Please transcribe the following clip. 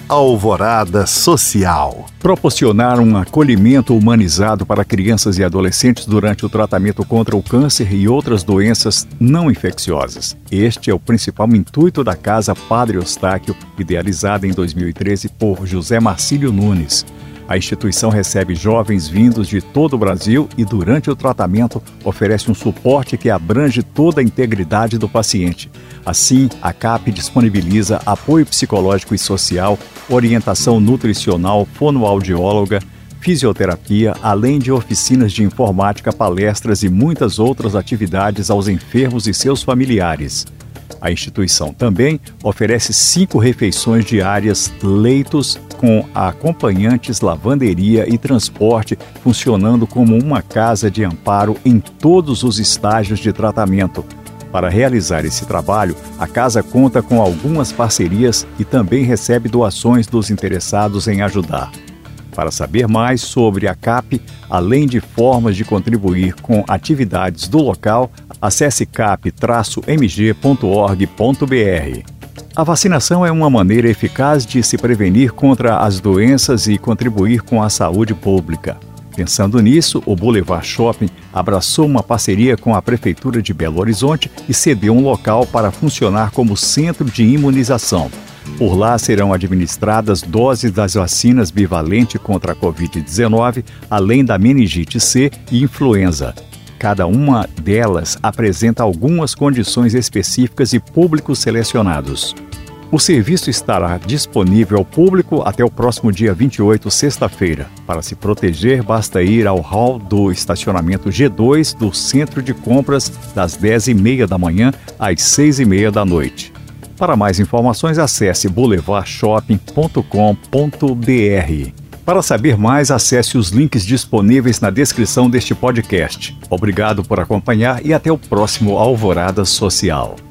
Alvorada Social. Proporcionar um acolhimento humanizado para crianças e adolescentes durante o tratamento contra o câncer e outras doenças não infecciosas. Este é o principal intuito da Casa Padre Eustáquio, idealizada em 2013 por José Marcílio Nunes. A instituição recebe jovens vindos de todo o Brasil e, durante o tratamento, oferece um suporte que abrange toda a integridade do paciente. Assim, a CAP disponibiliza apoio psicológico e social, orientação nutricional, fonoaudióloga, fisioterapia, além de oficinas de informática, palestras e muitas outras atividades aos enfermos e seus familiares. A instituição também oferece 5 refeições diárias, leitos com acompanhantes, lavanderia e transporte, funcionando como uma casa de amparo em todos os estágios de tratamento. Para realizar esse trabalho, a casa conta com algumas parcerias e também recebe doações dos interessados em ajudar. Para saber mais sobre a CAP, além de formas de contribuir com atividades do local, acesse cap-mg.org.br. A vacinação é uma maneira eficaz de se prevenir contra as doenças e contribuir com a saúde pública. Pensando nisso, o Boulevard Shopping abraçou uma parceria com a Prefeitura de Belo Horizonte e cedeu um local para funcionar como centro de imunização. Por lá serão administradas doses das vacinas bivalente contra a Covid-19, além da meningite C e influenza. Cada uma delas apresenta algumas condições específicas e públicos selecionados. O serviço estará disponível ao público até o próximo dia 28, sexta-feira. Para se proteger, basta ir ao hall do estacionamento G2 do Centro de Compras das 10h30 da manhã às 6h30 da noite. Para mais informações, acesse boulevardshopping.com.br. Para saber mais, acesse os links disponíveis na descrição deste podcast. Obrigado por acompanhar e até o próximo Alvorada Social.